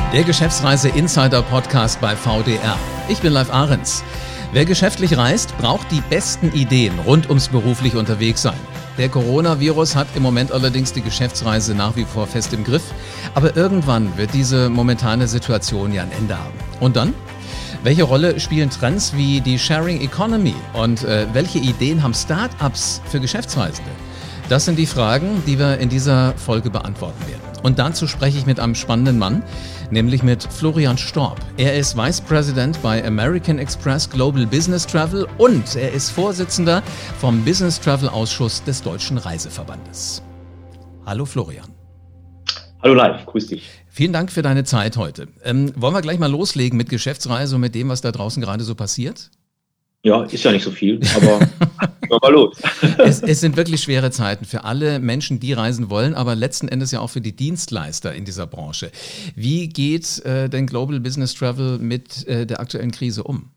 Der Geschäftsreise-Insider-Podcast bei VDR. Ich bin Live Ahrens. Wer geschäftlich reist, braucht die besten Ideen rund ums beruflich unterwegs sein. Der Coronavirus hat im Moment allerdings die Geschäftsreise nach wie vor fest im Griff. Aber irgendwann wird diese momentane Situation ja ein Ende haben. Und dann? Welche Rolle spielen Trends wie die Sharing Economy und welche Ideen haben Start-ups für Geschäftsreisende? Das sind die Fragen, die wir in dieser Folge beantworten werden. Und dazu spreche ich mit einem spannenden Mann, nämlich mit Florian Storb. Er ist Vice President bei American Express Global Business Travel und er ist Vorsitzender vom Business Travel Ausschuss des Deutschen Reiseverbandes. Hallo Florian. Hallo Live, grüß dich. Vielen Dank für deine Zeit heute. Wollen wir gleich mal loslegen mit Geschäftsreise und mit dem, was da draußen gerade so passiert? Ja, ist ja nicht so viel, aber mal los. Es sind wirklich schwere Zeiten für alle Menschen, die reisen wollen, aber letzten Endes ja auch für die Dienstleister in dieser Branche. Wie geht denn Global Business Travel mit der aktuellen Krise um?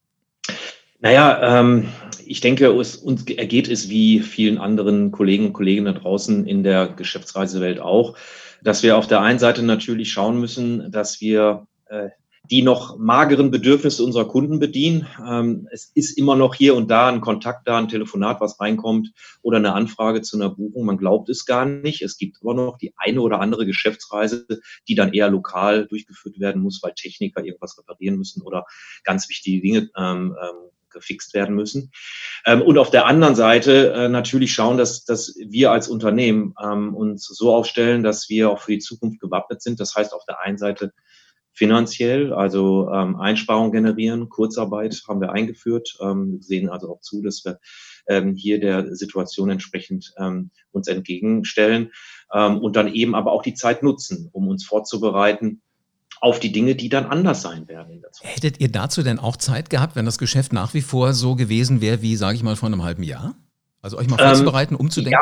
Naja, ich denke, uns ergeht es wie vielen anderen Kollegen und Kolleginnen da draußen in der Geschäftsreisewelt auch, dass wir auf der einen Seite natürlich schauen müssen, dass wir die noch mageren Bedürfnisse unserer Kunden bedienen. Es ist immer noch hier und da ein Kontakt da, ein Telefonat, was reinkommt oder eine Anfrage zu einer Buchung. Man glaubt es gar nicht. Es gibt aber noch die eine oder andere Geschäftsreise, die dann eher lokal durchgeführt werden muss, weil Techniker irgendwas reparieren müssen oder ganz wichtige Dinge gefixt werden müssen. Und auf der anderen Seite natürlich schauen, dass wir als Unternehmen uns so aufstellen, dass wir auch für die Zukunft gewappnet sind. Das heißt, auf der einen Seite finanziell, also Einsparungen generieren, Kurzarbeit haben wir eingeführt. Wir sehen also auch zu, dass wir hier der Situation entsprechend uns entgegenstellen und dann eben aber auch die Zeit nutzen, um uns vorzubereiten auf die Dinge, die dann anders sein werden in der Zukunft. Hättet ihr dazu denn auch Zeit gehabt, wenn das Geschäft nach wie vor so gewesen wäre wie, sage ich mal, vor einem halben Jahr? Also euch mal vorzubereiten, umzudenken?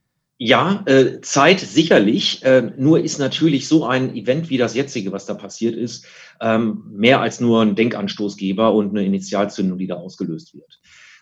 Ja, Zeit sicherlich. Nur ist natürlich so ein Event wie das jetzige, was da passiert ist, mehr als nur ein Denkanstoßgeber und eine Initialzündung, die da ausgelöst wird.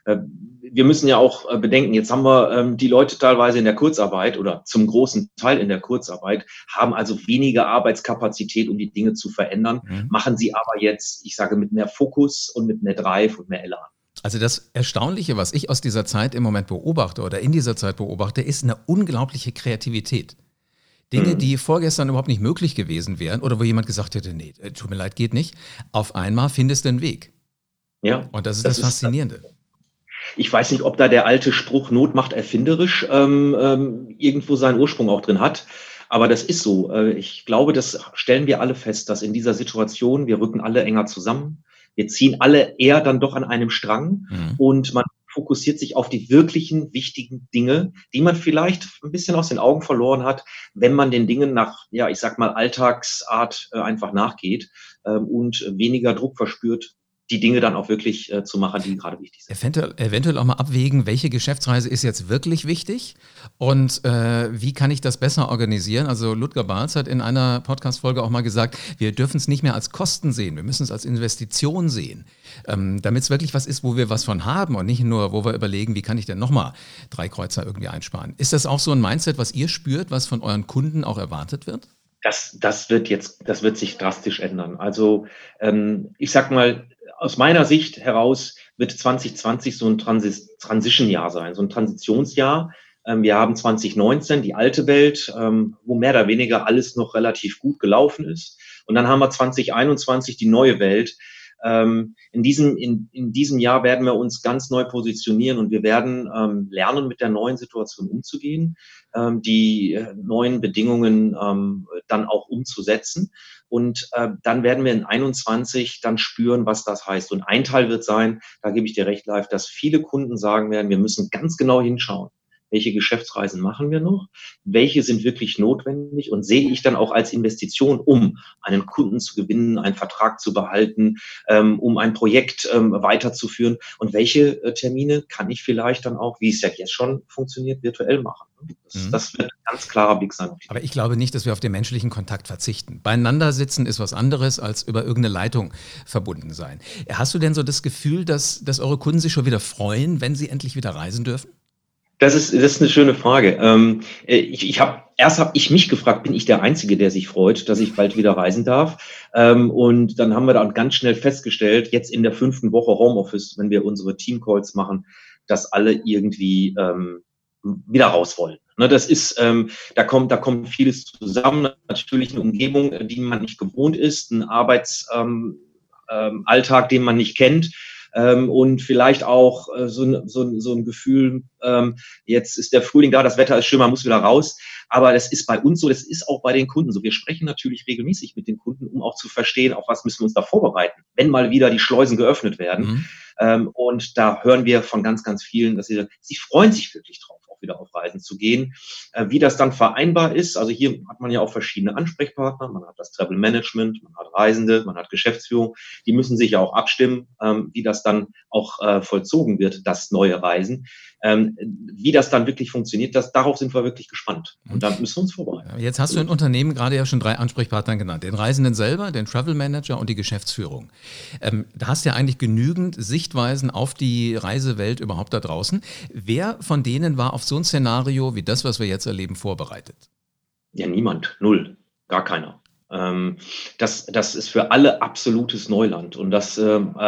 Wir müssen ja auch bedenken, jetzt haben wir die Leute teilweise in der Kurzarbeit oder zum großen Teil in der Kurzarbeit, haben also weniger Arbeitskapazität, um die Dinge zu verändern, machen sie aber jetzt, ich sage, mit mehr Fokus und mit mehr Drive und mehr Elan. Also das Erstaunliche, was ich aus dieser Zeit im Moment beobachte oder in dieser Zeit beobachte, ist eine unglaubliche Kreativität. Dinge, die vorgestern überhaupt nicht möglich gewesen wären oder wo jemand gesagt hätte, nee, tut mir leid, geht nicht. Auf einmal findest du einen Weg. Ja. Und das ist das Faszinierende. Ich weiß nicht, ob da der alte Spruch Not macht erfinderisch irgendwo seinen Ursprung auch drin hat. Aber das ist so. Ich glaube, das stellen wir alle fest, dass in dieser Situation, wir rücken alle enger zusammen. Wir ziehen alle eher dann doch an einem Strang und man fokussiert sich auf die wirklichen wichtigen Dinge, die man vielleicht ein bisschen aus den Augen verloren hat, wenn man den Dingen nach, ja, ich sag mal, Alltagsart einfach nachgeht und weniger Druck verspürt, die Dinge dann auch wirklich zu machen, die gerade wichtig sind. Eventuell auch mal abwägen, welche Geschäftsreise ist jetzt wirklich wichtig und wie kann ich das besser organisieren? Also Ludger Balz hat in einer Podcast-Folge auch mal gesagt, wir dürfen es nicht mehr als Kosten sehen, wir müssen es als Investition sehen, damit es wirklich was ist, wo wir was von haben und nicht nur, wo wir überlegen, wie kann ich denn nochmal 3 Kreuzer irgendwie einsparen. Ist das auch so ein Mindset, was ihr spürt, was von euren Kunden auch erwartet wird? Das wird sich drastisch ändern. Also ich sag mal, aus meiner Sicht heraus wird 2020 so ein Transition-Jahr sein, so ein Transitionsjahr. Wir haben 2019 die alte Welt, wo mehr oder weniger alles noch relativ gut gelaufen ist. Und dann haben wir 2021 die neue Welt. In diesem Jahr werden wir uns ganz neu positionieren und wir werden lernen, mit der neuen Situation umzugehen, die neuen Bedingungen dann auch umzusetzen. Und dann werden wir in 21 dann spüren, was das heißt. Und ein Teil wird sein, da gebe ich dir recht, Live, dass viele Kunden sagen werden, wir müssen ganz genau hinschauen. Welche Geschäftsreisen machen wir noch? Welche sind wirklich notwendig? Und sehe ich dann auch als Investition, um einen Kunden zu gewinnen, einen Vertrag zu behalten, um ein Projekt weiterzuführen? Und welche Termine kann ich vielleicht dann auch, wie es ja jetzt schon funktioniert, virtuell machen? Das wird ein ganz klarer Blick sein. Aber ich glaube nicht, dass wir auf den menschlichen Kontakt verzichten. Beieinander sitzen ist was anderes, als über irgendeine Leitung verbunden sein. Hast du denn so das Gefühl, dass eure Kunden sich schon wieder freuen, wenn sie endlich wieder reisen dürfen? Das ist eine schöne Frage. Erst habe ich mich gefragt, bin ich der Einzige, der sich freut, dass ich bald wieder reisen darf? Und dann haben wir dann ganz schnell festgestellt, jetzt in der 5. Woche Homeoffice, wenn wir unsere Teamcalls machen, dass alle irgendwie wieder raus wollen. Ne, das ist, da kommt vieles zusammen. Natürlich eine Umgebung, die man nicht gewohnt ist, ein Alltag, den man nicht kennt. Und vielleicht auch so ein Gefühl, jetzt ist der Frühling da, das Wetter ist schön, man muss wieder raus. Aber das ist bei uns so, das ist auch bei den Kunden so. Wir sprechen natürlich regelmäßig mit den Kunden, um auch zu verstehen, auf was müssen wir uns da vorbereiten, wenn mal wieder die Schleusen geöffnet werden. Und da hören wir von ganz, ganz vielen, dass sie freuen sich wirklich drauf, auch wieder auf Reisen zu gehen. Wie das dann vereinbar ist, also hier hat man ja auch verschiedene Ansprechpartner, man hat das Travel Management, man hat Reisende, man hat Geschäftsführung, die müssen sich ja auch abstimmen, wie das dann auch vollzogen wird, das neue Reisen. Wie das dann wirklich funktioniert, darauf sind wir wirklich gespannt. Und da müssen wir uns vorbereiten. Jetzt hast du in Unternehmen gerade ja schon 3 Ansprechpartner genannt. Den Reisenden selber, den Travel Manager und die Geschäftsführung. Da hast du ja eigentlich genügend Sichtweisen auf die Reisewelt überhaupt da draußen. Wer von denen war auf so ein Szenario wie das, was wir jetzt erleben, vorbereitet? Ja, niemand. 0. Gar keiner. Das ist für alle absolutes Neuland und das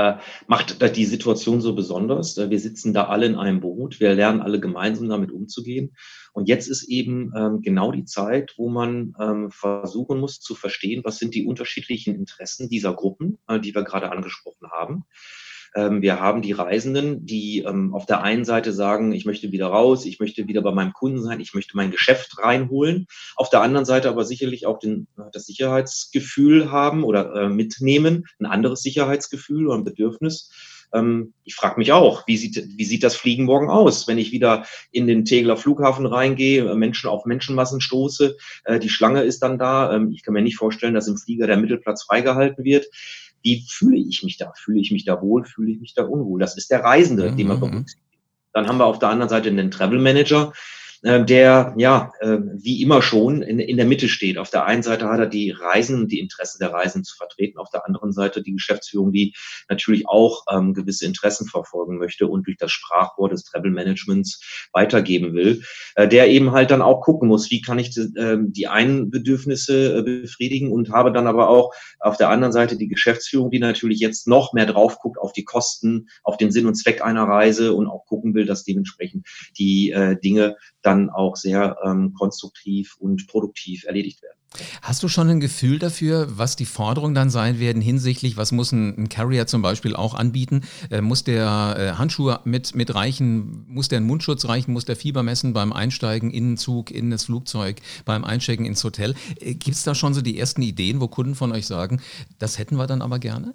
macht die Situation so besonders. Wir sitzen da alle in einem Boot, wir lernen alle gemeinsam damit umzugehen und jetzt ist eben genau die Zeit, wo man versuchen muss zu verstehen, was sind die unterschiedlichen Interessen dieser Gruppen, die wir gerade angesprochen haben. Wir haben die Reisenden, die auf der einen Seite sagen, ich möchte wieder raus, ich möchte wieder bei meinem Kunden sein, ich möchte mein Geschäft reinholen. Auf der anderen Seite aber sicherlich auch das Sicherheitsgefühl haben oder mitnehmen, ein anderes Sicherheitsgefühl oder ein Bedürfnis. Ich frage mich auch, wie sieht das Fliegen morgen aus, wenn ich wieder in den Tegeler Flughafen reingehe, Menschen auf Menschenmassen stoße, die Schlange ist dann da. Ich kann mir nicht vorstellen, dass im Flieger der Mittelplatz freigehalten wird. Wie fühle ich mich da? Fühle ich mich da wohl? Fühle ich mich da unwohl? Das ist der Reisende, den man berücksichtigt. Dann haben wir auf der anderen Seite einen Travel Manager, der wie immer schon in der Mitte steht. Auf der einen Seite hat er die Reisenden, die Interessen der Reisenden zu vertreten, auf der anderen Seite die Geschäftsführung, die natürlich auch gewisse Interessen verfolgen möchte und durch das Sprachrohr des Travel Managements weitergeben will, der eben halt dann auch gucken muss, wie kann ich die einen Bedürfnisse befriedigen und habe dann aber auch auf der anderen Seite die Geschäftsführung, die natürlich jetzt noch mehr drauf guckt auf die Kosten, auf den Sinn und Zweck einer Reise und auch gucken will, dass dementsprechend die Dinge dann auch sehr konstruktiv und produktiv erledigt werden. Hast du schon ein Gefühl dafür, was die Forderungen dann sein werden hinsichtlich, was muss ein Carrier zum Beispiel auch anbieten? Muss der Handschuhe mit reichen, muss der einen Mundschutz reichen, muss der Fieber messen beim Einsteigen in den Zug, in das Flugzeug, beim Einchecken ins Hotel? Gibt es da schon so die ersten Ideen, wo Kunden von euch sagen, das hätten wir dann aber gerne?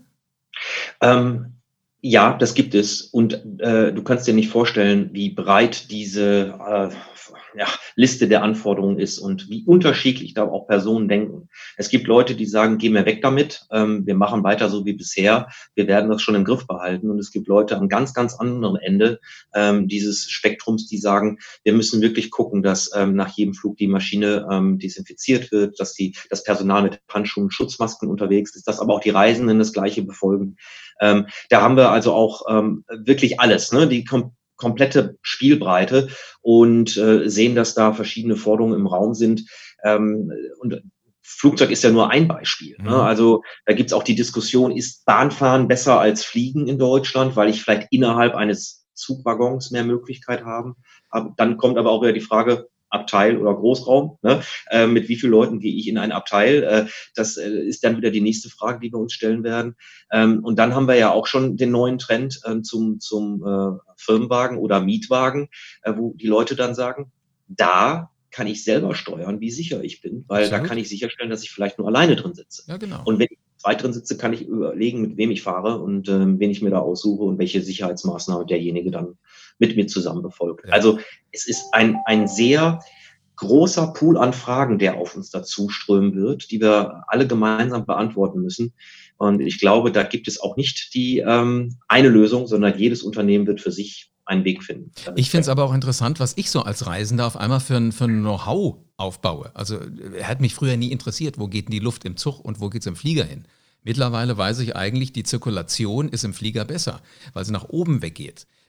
Ja, das gibt es. Und du kannst dir nicht vorstellen, wie breit diese Liste der Anforderungen ist und wie unterschiedlich da auch Personen denken. Es gibt Leute, die sagen, geh mir weg damit, wir machen weiter so wie bisher, wir werden das schon im Griff behalten. Und es gibt Leute am ganz, ganz anderen Ende dieses Spektrums, die sagen, wir müssen wirklich gucken, dass nach jedem Flug die Maschine desinfiziert wird, dass das Personal mit Handschuhen, Schutzmasken unterwegs ist, dass aber auch die Reisenden das Gleiche befolgen. Da haben wir also auch wirklich alles, ne? Die komplette Spielbreite und sehen, dass da verschiedene Forderungen im Raum sind. Und Flugzeug ist ja nur ein Beispiel. Ne? Also da gibt's auch die Diskussion, ist Bahnfahren besser als Fliegen in Deutschland, weil ich vielleicht innerhalb eines Zugwaggons mehr Möglichkeit habe. Dann kommt aber auch wieder die Frage, Abteil oder Großraum, ne? Mit wie vielen Leuten gehe ich in ein Abteil? Das ist dann wieder die nächste Frage, die wir uns stellen werden. Und dann haben wir ja auch schon den neuen Trend zum Firmenwagen oder Mietwagen, wo die Leute dann sagen, da kann ich selber steuern, wie sicher ich bin, weil da kann ich sicherstellen, dass ich vielleicht nur alleine drin sitze. Ja, genau. Und wenn ich zwei drin sitze, kann ich überlegen, mit wem ich fahre und wen ich mir da aussuche und welche Sicherheitsmaßnahme derjenige dann mit mir zusammen befolgt. Ja. Also es ist ein sehr großer Pool an Fragen, der auf uns dazu strömen wird, die wir alle gemeinsam beantworten müssen. Und ich glaube, da gibt es auch nicht die eine Lösung, sondern jedes Unternehmen wird für sich einen Weg finden. Ich finde es aber auch interessant, was ich so als Reisender auf einmal für ein Know-how aufbaue. Also hat mich früher nie interessiert, wo geht denn die Luft im Zug und wo geht es im Flieger hin. Mittlerweile weiß ich eigentlich, die Zirkulation ist im Flieger besser, weil sie nach oben weggeht.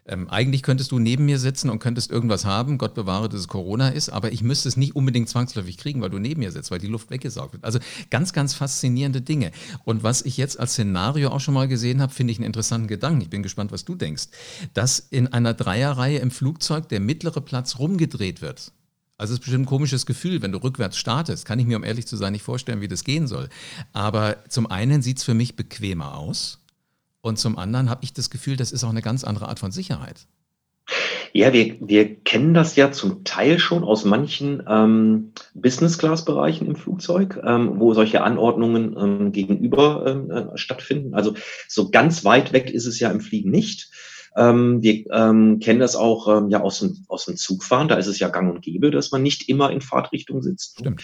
Eigentlich könntest du neben mir sitzen und könntest irgendwas haben, Gott bewahre, dass es Corona ist, aber ich müsste es nicht unbedingt zwangsläufig kriegen, weil du neben mir sitzt, weil die Luft weggesaugt wird. Also ganz, ganz faszinierende Dinge. Und was ich jetzt als Szenario auch schon mal gesehen habe, finde ich einen interessanten Gedanken. Ich bin gespannt, was du denkst. Dass in einer Dreierreihe im Flugzeug der mittlere Platz rumgedreht wird. Also es ist bestimmt ein komisches Gefühl, wenn du rückwärts startest. Kann ich mir, um ehrlich zu sein, nicht vorstellen, wie das gehen soll. Aber zum einen sieht es für mich bequemer aus. Und zum anderen habe ich das Gefühl, das ist auch eine ganz andere Art von Sicherheit. Ja, wir kennen das ja zum Teil schon aus manchen Business-Class-Bereichen im Flugzeug, wo solche Anordnungen gegenüber stattfinden. Also so ganz weit weg ist es ja im Fliegen nicht. Wir kennen das auch ja aus dem Zugfahren. Da ist es ja gang und gäbe, dass man nicht immer in Fahrtrichtung sitzt. Stimmt.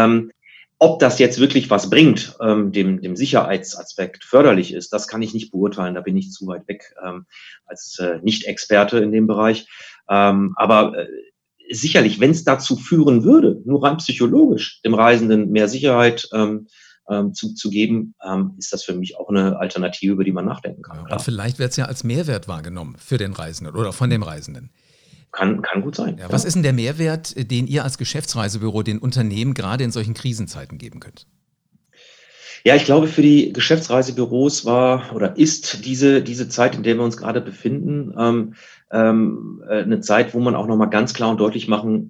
Ob das jetzt wirklich was bringt, dem Sicherheitsaspekt förderlich ist, das kann ich nicht beurteilen. Da bin ich zu weit weg als Nicht-Experte in dem Bereich. Aber sicherlich, wenn es dazu führen würde, nur rein psychologisch, dem Reisenden mehr Sicherheit zu geben, ist das für mich auch eine Alternative, über die man nachdenken kann. Ja, und vielleicht wird es ja als Mehrwert wahrgenommen für den Reisenden oder von dem Reisenden. Kann gut sein. Ja, was ist denn der Mehrwert, den ihr als Geschäftsreisebüro den Unternehmen gerade in solchen Krisenzeiten geben könnt? Ja, ich glaube, für die Geschäftsreisebüros war oder ist diese Zeit, in der wir uns gerade befinden, eine Zeit, wo man auch nochmal ganz klar und deutlich machen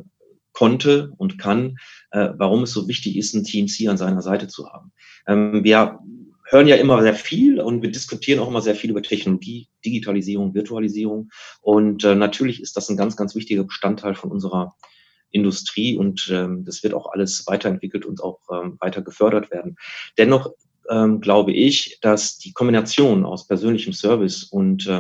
konnte und kann, warum es so wichtig ist, ein TMC an seiner Seite zu haben. Wir hören ja immer sehr viel und wir diskutieren auch immer sehr viel über Technologie, Digitalisierung, Virtualisierung. Und natürlich ist das ein ganz, ganz wichtiger Bestandteil von unserer Industrie und das wird auch alles weiterentwickelt und auch weiter gefördert werden. Dennoch glaube ich, dass die Kombination aus persönlichem Service und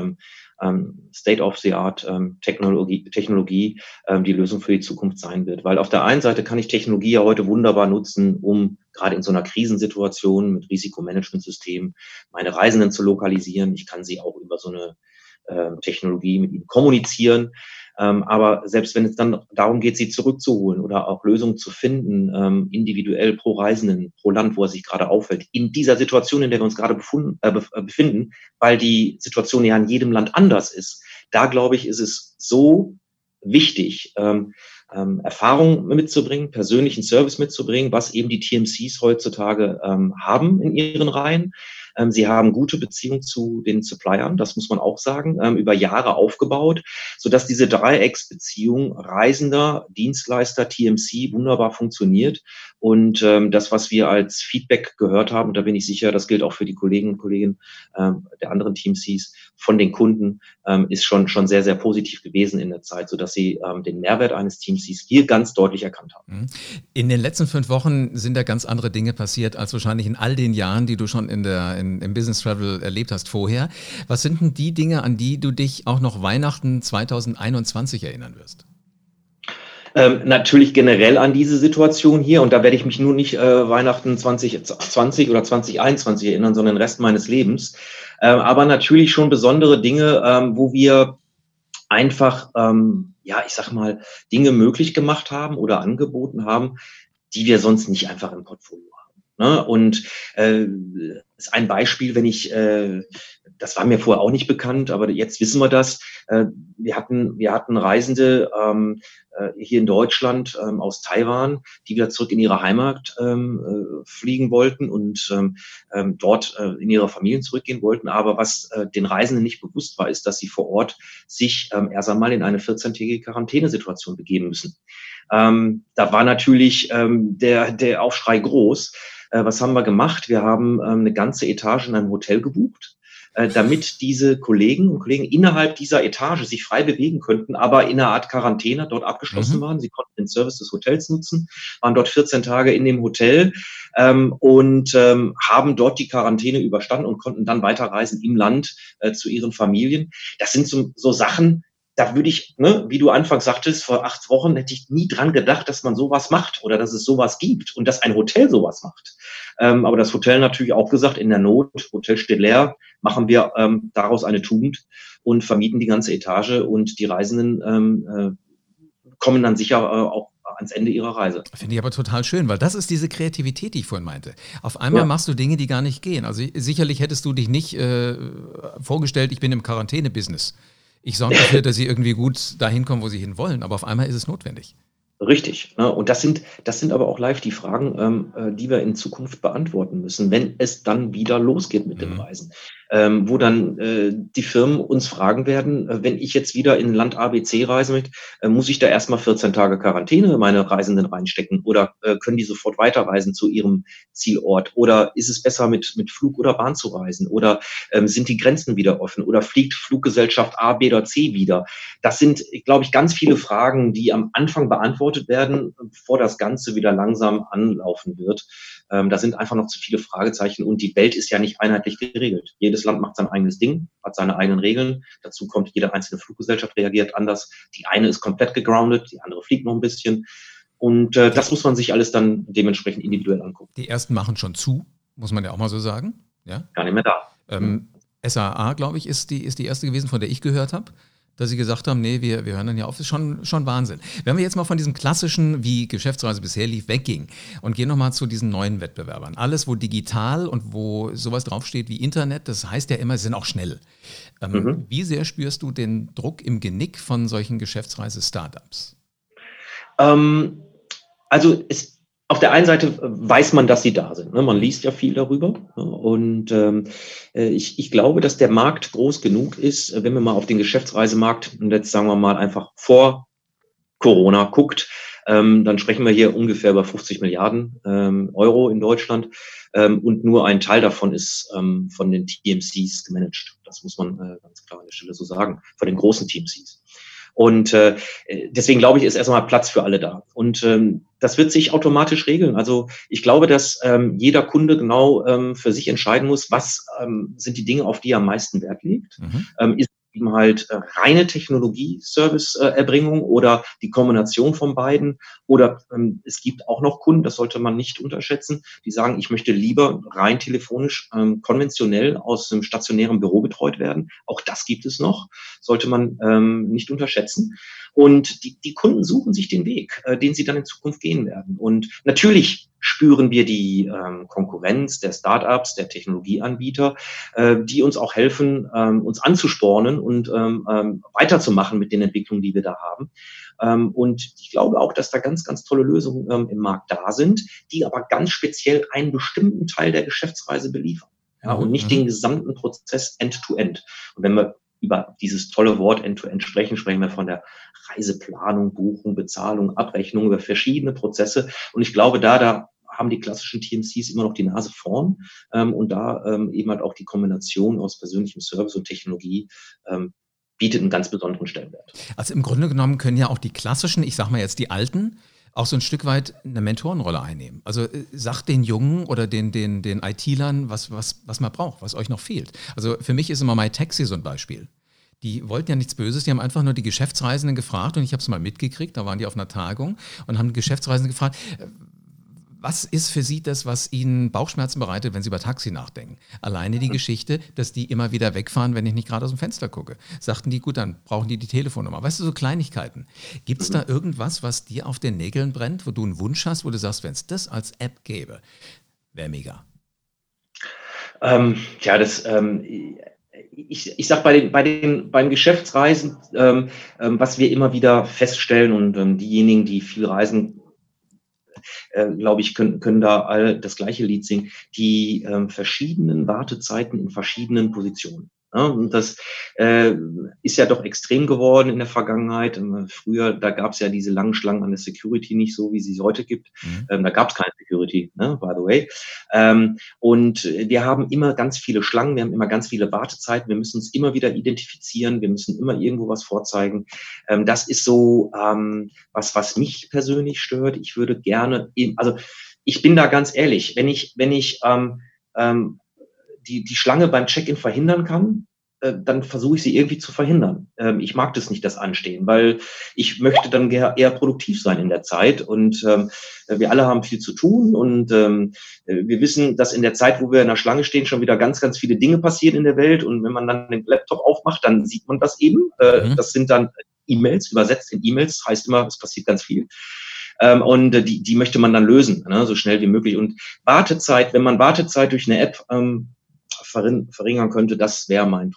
State-of-the-Art Technologie die Lösung für die Zukunft sein wird. Weil auf der einen Seite kann ich Technologie ja heute wunderbar nutzen, um gerade in so einer Krisensituation mit Risikomanagementsystemen meine Reisenden zu lokalisieren. Ich kann sie auch über so eine Technologie mit ihnen kommunizieren. Aber selbst wenn es dann darum geht, sie zurückzuholen oder auch Lösungen zu finden, individuell pro Reisenden, pro Land, wo er sich gerade aufhält, in dieser Situation, in der wir uns gerade befinden, weil die Situation ja in jedem Land anders ist, da glaube ich, ist es so wichtig, Erfahrung mitzubringen, persönlichen Service mitzubringen, was eben die TMCs heutzutage haben in ihren Reihen. Sie haben gute Beziehungen zu den Suppliern, das muss man auch sagen, über Jahre aufgebaut, sodass diese Dreiecksbeziehung Reisender, Dienstleister, TMC wunderbar funktioniert. Und das, was wir als Feedback gehört haben, und da bin ich sicher, das gilt auch für die Kolleginnen und Kollegen der anderen TMCs von den Kunden, ist schon sehr, sehr positiv gewesen in der Zeit, sodass sie den Mehrwert eines TMCs hier ganz deutlich erkannt haben. In den letzten 5 Wochen sind da ganz andere Dinge passiert, als wahrscheinlich in all den Jahren, die du schon im Business Travel erlebt hast vorher. Was sind denn die Dinge, an die du dich auch noch Weihnachten 2021 erinnern wirst? Natürlich generell an diese Situation hier und da werde ich mich nur nicht Weihnachten 2020 oder 2021 erinnern, sondern den Rest meines Lebens. Aber natürlich schon besondere Dinge, wo wir einfach, ich sag mal, Dinge möglich gemacht haben oder angeboten haben, die wir sonst nicht einfach im Portfolio haben. Ne? Und ist ein Beispiel, wenn ich, das war mir vorher auch nicht bekannt, aber jetzt wissen wir das. Wir hatten Reisende hier in Deutschland aus Taiwan, die wieder zurück in ihre Heimat fliegen wollten und dort in ihre Familien zurückgehen wollten. Aber was den Reisenden nicht bewusst war, ist, dass sie vor Ort sich erst einmal in eine 14-tägige Quarantänesituation begeben müssen. Da war natürlich der Aufschrei groß. Was haben wir gemacht? Wir haben eine ganze Etage in einem Hotel gebucht, damit diese Kollegen und Kollegen innerhalb dieser Etage sich frei bewegen könnten, aber in einer Art Quarantäne dort abgeschlossen waren. Sie konnten den Service des Hotels nutzen, waren dort 14 Tage in dem Hotel und haben dort die Quarantäne überstanden und konnten dann weiterreisen im Land zu ihren Familien. Das sind so Sachen, da würde ich, wie du anfangs sagtest, vor 8 Wochen hätte ich nie dran gedacht, dass man sowas macht oder dass es sowas gibt und dass ein Hotel sowas macht. Aber das Hotel natürlich auch gesagt, in der Not, Hotel steht leer, machen wir daraus eine Tugend und vermieten die ganze Etage und die Reisenden kommen dann sicher auch ans Ende ihrer Reise. Finde ich aber total schön, weil das ist diese Kreativität, die ich vorhin meinte. Auf einmal machst du Dinge, die gar nicht gehen. Also sicherlich hättest du dich nicht vorgestellt, ich bin im Quarantäne-Business Ich sorge dafür, dass sie irgendwie gut dahin kommen, wo sie hinwollen, aber auf einmal ist es notwendig. Richtig, ne? Und das sind aber auch live die Fragen, die wir in Zukunft beantworten müssen, wenn es dann wieder losgeht mit dem Mhm. Reisen. Wo dann die Firmen uns fragen werden, wenn ich jetzt wieder in Land ABC reisen möchte, muss ich da erstmal 14 Tage Quarantäne meine Reisenden reinstecken oder können die sofort weiterreisen zu ihrem Zielort? Oder ist es besser mit Flug oder Bahn zu reisen? Oder sind die Grenzen wieder offen? Oder fliegt Fluggesellschaft A, B oder C wieder? Das sind, glaube ich, ganz viele Fragen, die am Anfang beantwortet werden, bevor das Ganze wieder langsam anlaufen wird. Da sind einfach noch zu viele Fragezeichen und die Welt ist ja nicht einheitlich geregelt. Jedes Land macht sein eigenes Ding, hat seine eigenen Regeln. Dazu kommt, jede einzelne Fluggesellschaft reagiert anders. Die eine ist komplett gegroundet, die andere fliegt noch ein bisschen. Und das muss man sich alles dann dementsprechend individuell angucken. Die ersten machen schon zu, muss man ja auch mal so sagen. Ja? Gar nicht mehr da. SAA, glaube ich, ist die erste gewesen, von der ich gehört habe, dass sie gesagt haben, nee, wir hören dann ja auf. Das ist schon Wahnsinn. Wenn wir jetzt mal von diesem klassischen, wie Geschäftsreise bisher lief, weggingen und gehen nochmal zu diesen neuen Wettbewerbern. Alles, wo digital und wo sowas draufsteht wie Internet, das heißt ja immer, sie sind auch schnell. Wie sehr spürst du den Druck im Genick von solchen Geschäftsreise-Startups? Also auf der einen Seite weiß man, dass sie da sind. Ne? Man liest ja viel darüber. Und ich glaube, dass der Markt groß genug ist, wenn man mal auf den Geschäftsreisemarkt, und jetzt sagen wir mal einfach vor Corona guckt, dann sprechen wir hier ungefähr über 50 Milliarden Euro in Deutschland. Und nur ein Teil davon ist von den TMCs gemanagt. Das muss man ganz klar an der Stelle so sagen, von den großen TMCs. Und deswegen glaube ich, ist erstmal Platz für alle da. Und das wird sich automatisch regeln. Also ich glaube, dass jeder Kunde genau für sich entscheiden muss, was sind die Dinge, auf die er am meisten Wert legt. Ist eben halt reine Technologie-Service-Erbringung oder die Kombination von beiden. Oder es gibt auch noch Kunden, das sollte man nicht unterschätzen, die sagen, ich möchte lieber rein telefonisch konventionell aus einem stationären Büro betreut werden. Auch das gibt es noch, sollte man nicht unterschätzen. Und die Kunden suchen sich den Weg, den sie dann in Zukunft gehen werden. Und natürlich spüren wir die Konkurrenz der Startups, der Technologieanbieter, die uns auch helfen, uns anzuspornen und weiterzumachen mit den Entwicklungen, die wir da haben. Und ich glaube auch, dass da ganz, ganz tolle Lösungen im Markt da sind, die aber ganz speziell einen bestimmten Teil der Geschäftsreise beliefern. Ja, und nicht den gesamten Prozess End-to-End. Und wenn wir über dieses tolle Wort End-to-End sprechen wir von der Reiseplanung, Buchung, Bezahlung, Abrechnung, über verschiedene Prozesse. Und ich glaube, da haben die klassischen TMCs immer noch die Nase vorn und da eben halt auch die Kombination aus persönlichem Service und Technologie bietet einen ganz besonderen Stellenwert. Also im Grunde genommen können ja auch die klassischen, ich sag mal jetzt die Alten, auch so ein Stück weit eine Mentorenrolle einnehmen. Also sagt den Jungen oder den IT-Lern, was man braucht, was euch noch fehlt. Also für mich ist immer MyTaxi so ein Beispiel. Die wollten ja nichts Böses, die haben einfach nur die Geschäftsreisenden gefragt und ich habe es mal mitgekriegt, da waren die auf einer Tagung und haben Geschäftsreisenden gefragt, was ist für Sie das, was Ihnen Bauchschmerzen bereitet, wenn Sie über Taxi nachdenken? Alleine die Geschichte, dass die immer wieder wegfahren, wenn ich nicht gerade aus dem Fenster gucke. Sagten die, gut, dann brauchen die Telefonnummer. Weißt du, so Kleinigkeiten. Gibt es da irgendwas, was dir auf den Nägeln brennt, wo du einen Wunsch hast, wo du sagst, wenn es das als App gäbe, wäre mega? Ich sag beim Geschäftsreisen, was wir immer wieder feststellen und diejenigen, die viel reisen, glaube ich, können da all das gleiche Lied singen, die verschiedenen Wartezeiten in verschiedenen Positionen. Ja, und das ist ja doch extrem geworden in der Vergangenheit. Früher, da gab es ja diese langen Schlangen an der Security nicht so, wie sie es heute gibt. Da gab es keine Security, ne, by the way. Und wir haben immer ganz viele Schlangen, wir haben immer ganz viele Wartezeiten, wir müssen uns immer wieder identifizieren, wir müssen immer irgendwo was vorzeigen. Das ist so was mich persönlich stört. Ich würde gerne, also ich bin da ganz ehrlich, wenn ich die Schlange beim Check-in verhindern kann, dann versuche ich sie irgendwie zu verhindern. Ich mag das nicht, das Anstehen, weil ich möchte dann eher produktiv sein in der Zeit und wir alle haben viel zu tun und wir wissen, dass in der Zeit, wo wir in der Schlange stehen, schon wieder ganz, ganz viele Dinge passieren in der Welt und wenn man dann den Laptop aufmacht, dann sieht man das eben. Das sind dann E-Mails, übersetzt in E-Mails, heißt immer, es passiert ganz viel. Und die möchte man dann lösen, ne, so schnell wie möglich. Und Wartezeit, wenn man Wartezeit durch eine App verringern könnte, das wäre mein Traum.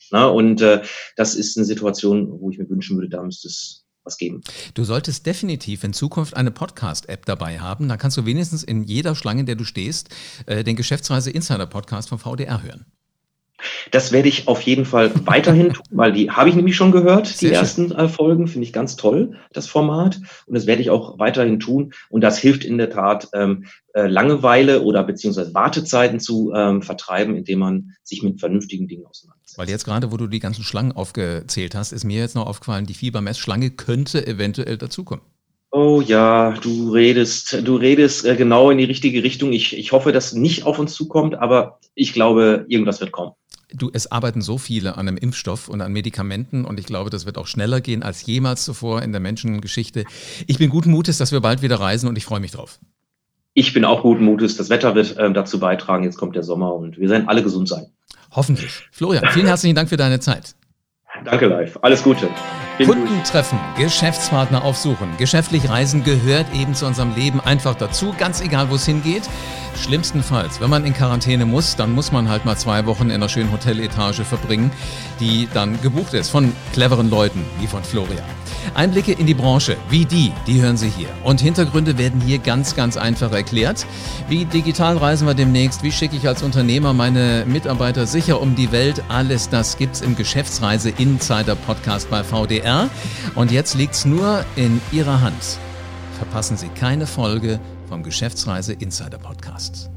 Na, und das ist eine Situation, wo ich mir wünschen würde, da müsste es was geben. Du solltest definitiv in Zukunft eine Podcast-App dabei haben. Da kannst du wenigstens in jeder Schlange, in der du stehst, den Geschäftsreise-Insider-Podcast vom VDR hören. Das werde ich auf jeden Fall weiterhin tun, weil die habe ich nämlich schon gehört, Sehr die schön. ersten Folgen, finde ich ganz toll, das Format. Und das werde ich auch weiterhin tun. Und das hilft in der Tat, Langeweile oder beziehungsweise Wartezeiten zu vertreiben, indem man sich mit vernünftigen Dingen auseinandersetzt. Weil jetzt gerade, wo du die ganzen Schlangen aufgezählt hast, ist mir jetzt noch aufgefallen, die Fiebermessschlange könnte eventuell dazukommen. Oh ja, du redest genau in die richtige Richtung. Ich hoffe, dass nicht auf uns zukommt, aber ich glaube, irgendwas wird kommen. Du, es arbeiten so viele an einem Impfstoff und an Medikamenten und ich glaube, das wird auch schneller gehen als jemals zuvor in der Menschengeschichte. Ich bin guten Mutes, dass wir bald wieder reisen und ich freue mich drauf. Ich bin auch guten Mutes. Das Wetter wird dazu beitragen. Jetzt kommt der Sommer und wir werden alle gesund sein. Hoffentlich. Florian, vielen herzlichen Dank für deine Zeit. Danke, Live. Alles Gute. Kunden treffen, Geschäftspartner aufsuchen. Geschäftlich reisen gehört eben zu unserem Leben einfach dazu, ganz egal, wo es hingeht. Schlimmstenfalls, wenn man in Quarantäne muss, dann muss man halt mal 2 Wochen in einer schönen Hoteletage verbringen, die dann gebucht ist von cleveren Leuten wie von Florian. Einblicke in die Branche, wie die hören Sie hier. Und Hintergründe werden hier ganz, ganz einfach erklärt. Wie digital reisen wir demnächst? Wie schicke ich als Unternehmer meine Mitarbeiter sicher um die Welt? Alles das gibt's im Geschäftsreise Insider Podcast bei VDR. Und jetzt liegt's nur in Ihrer Hand. Verpassen Sie keine Folge vom Geschäftsreise Insider Podcast.